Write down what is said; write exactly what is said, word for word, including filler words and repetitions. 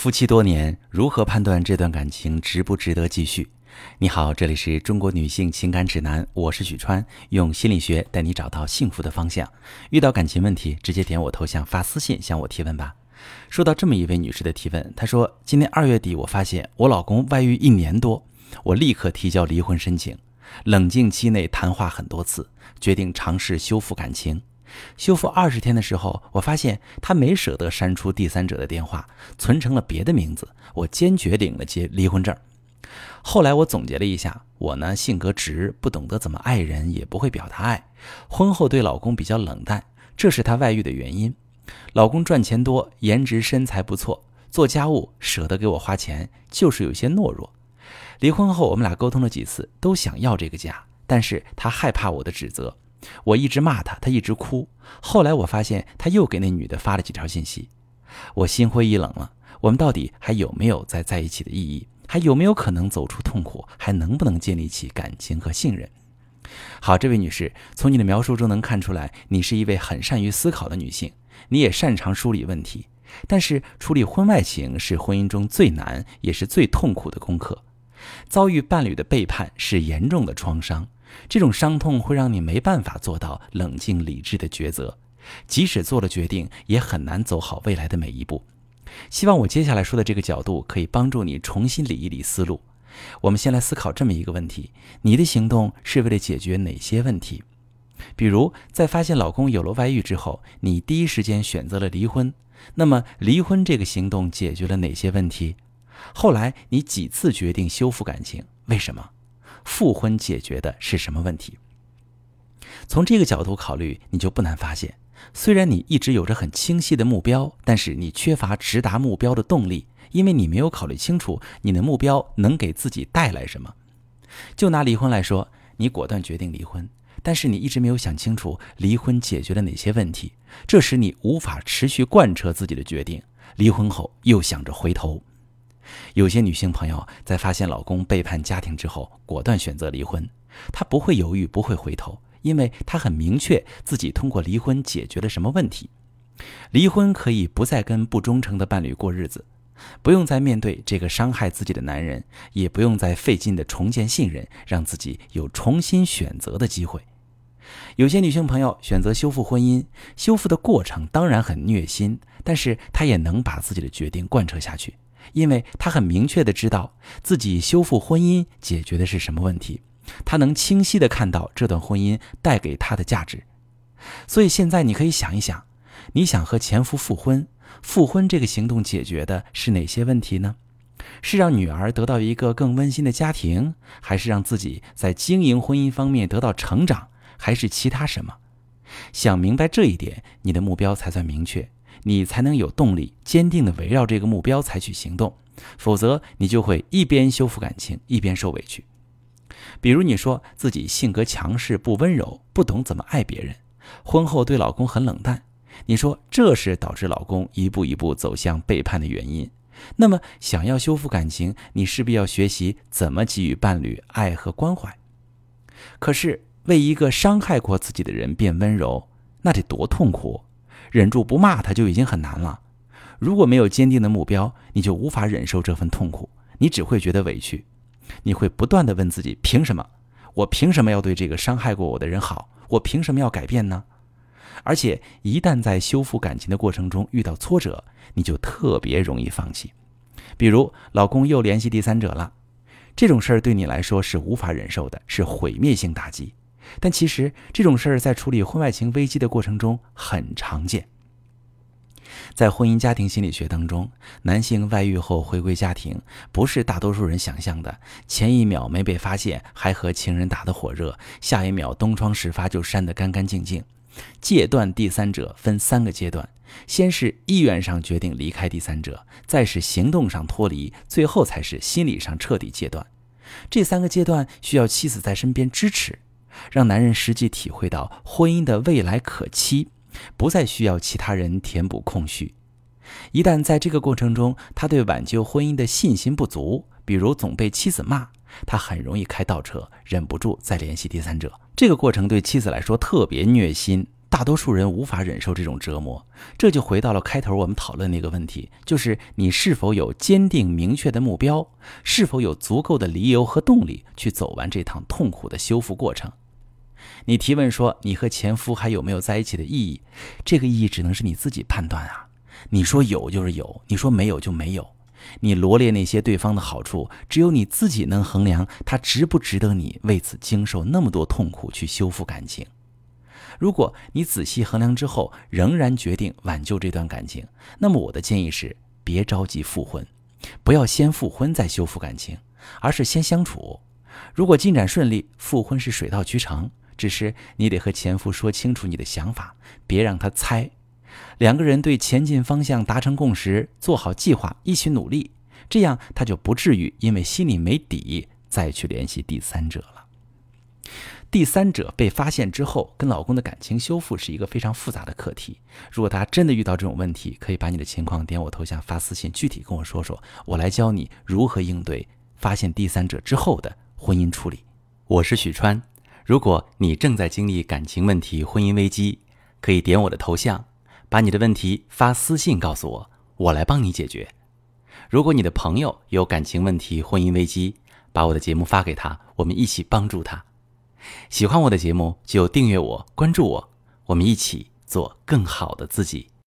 夫妻多年，如何判断这段感情值不值得继续？你好，这里是中国女性情感指南，我是许川，用心理学带你找到幸福的方向。遇到感情问题，直接点我头像发私信向我提问吧。说到这么一位女士的提问，她说今年二月底我发现我老公外遇一年多，我立刻提交离婚申请，冷静期内谈话很多次，决定尝试修复感情。修复二十天的时候，我发现他没舍得删除第三者的电话，存成了别的名字，我坚决领了结离婚证。后来我总结了一下，我呢性格直，不懂得怎么爱人，也不会表达爱，婚后对老公比较冷淡，这是他外遇的原因。老公赚钱多，颜值身材不错，做家务舍得给我花钱，就是有些懦弱。离婚后我们俩沟通了几次，都想要这个家，但是他害怕我的指责，我一直骂他，他一直哭。后来我发现他又给那女的发了几条信息，我心灰意冷了。我们到底还有没有再在一起的意义？还有没有可能走出痛苦？还能不能建立起感情和信任？好，这位女士，从你的描述中能看出来，你是一位很善于思考的女性，你也擅长梳理问题。但是处理婚外情是婚姻中最难也是最痛苦的功课。遭遇伴侣的背叛是严重的创伤，这种伤痛会让你没办法做到冷静理智的抉择，即使做了决定，也很难走好未来的每一步。希望我接下来说的这个角度可以帮助你重新理一理思路。我们先来思考这么一个问题，你的行动是为了解决哪些问题？比如在发现老公有了外遇之后，你第一时间选择了离婚，那么离婚这个行动解决了哪些问题？后来你几次决定修复感情？为什么？复婚解决的是什么问题？从这个角度考虑，你就不难发现，虽然你一直有着很清晰的目标，但是你缺乏直达目标的动力，因为你没有考虑清楚你的目标能给自己带来什么。就拿离婚来说，你果断决定离婚，但是你一直没有想清楚离婚解决了哪些问题，这使你无法持续贯彻自己的决定，离婚后又想着回头。有些女性朋友在发现老公背叛家庭之后，果断选择离婚，她不会犹豫，不会回头，因为她很明确自己通过离婚解决了什么问题。离婚可以不再跟不忠诚的伴侣过日子，不用再面对这个伤害自己的男人，也不用再费劲的重建信任，让自己有重新选择的机会。有些女性朋友选择修复婚姻，修复的过程当然很虐心，但是她也能把自己的决定贯彻下去，因为她很明确的知道自己修复婚姻解决的是什么问题，她能清晰的看到这段婚姻带给她的价值。所以现在你可以想一想，你想和前夫复婚，复婚这个行动解决的是哪些问题呢？是让女儿得到一个更温馨的家庭，还是让自己在经营婚姻方面得到成长，还是其他什么？想明白这一点，你的目标才算明确，你才能有动力坚定地围绕这个目标采取行动，否则你就会一边修复感情，一边受委屈。比如你说自己性格强势，不温柔，不懂怎么爱别人，婚后对老公很冷淡，你说这是导致老公一步一步走向背叛的原因。那么想要修复感情，你势必要学习怎么给予伴侣爱和关怀。可是为一个伤害过自己的人变温柔，那得多痛苦，忍住不骂他就已经很难了。如果没有坚定的目标，你就无法忍受这份痛苦，你只会觉得委屈，你会不断地问自己，凭什么？我凭什么要对这个伤害过我的人好？我凭什么要改变呢？而且一旦在修复感情的过程中遇到挫折，你就特别容易放弃。比如老公又联系第三者了，这种事儿对你来说是无法忍受的，是毁灭性打击。但其实这种事儿在处理婚外情危机的过程中很常见。在婚姻家庭心理学当中，男性外遇后回归家庭，不是大多数人想象的前一秒没被发现还和情人打得火热，下一秒东窗事发就删得干干净净。戒断第三者分三个阶段，先是意愿上决定离开第三者，再是行动上脱离，最后才是心理上彻底戒断。这三个阶段需要妻子在身边支持，让男人实际体会到婚姻的未来可期，不再需要其他人填补空虚。一旦在这个过程中，他对挽救婚姻的信心不足，比如总被妻子骂，他很容易开倒车，忍不住再联系第三者。这个过程对妻子来说特别虐心， 大多数人无法忍受这种折磨，这就回到了开头我们讨论那个问题，就是你是否有坚定明确的目标，是否有足够的理由和动力去走完这趟痛苦的修复过程。你提问说你和前夫还有没有在一起的意义，这个意义只能是你自己判断啊。你说有就是有，你说没有就没有。你罗列那些对方的好处，只有你自己能衡量他值不值得你为此经受那么多痛苦去修复感情。如果你仔细衡量之后仍然决定挽救这段感情，那么我的建议是别着急复婚，不要先复婚再修复感情，而是先相处。如果进展顺利，复婚是水到渠成，只是你得和前夫说清楚你的想法，别让他猜。两个人对前进方向达成共识，做好计划，一起努力，这样他就不至于因为心里没底再去联系第三者了。第三者被发现之后，跟老公的感情修复是一个非常复杂的课题。如果大家真的遇到这种问题，可以把你的情况点我头像发私信，具体跟我说说，我来教你如何应对发现第三者之后的婚姻处理。我是许川，如果你正在经历感情问题、婚姻危机，可以点我的头像，把你的问题发私信告诉我，我来帮你解决。如果你的朋友有感情问题、婚姻危机，把我的节目发给他，我们一起帮助他。喜欢我的节目就订阅我、关注我，我们一起做更好的自己。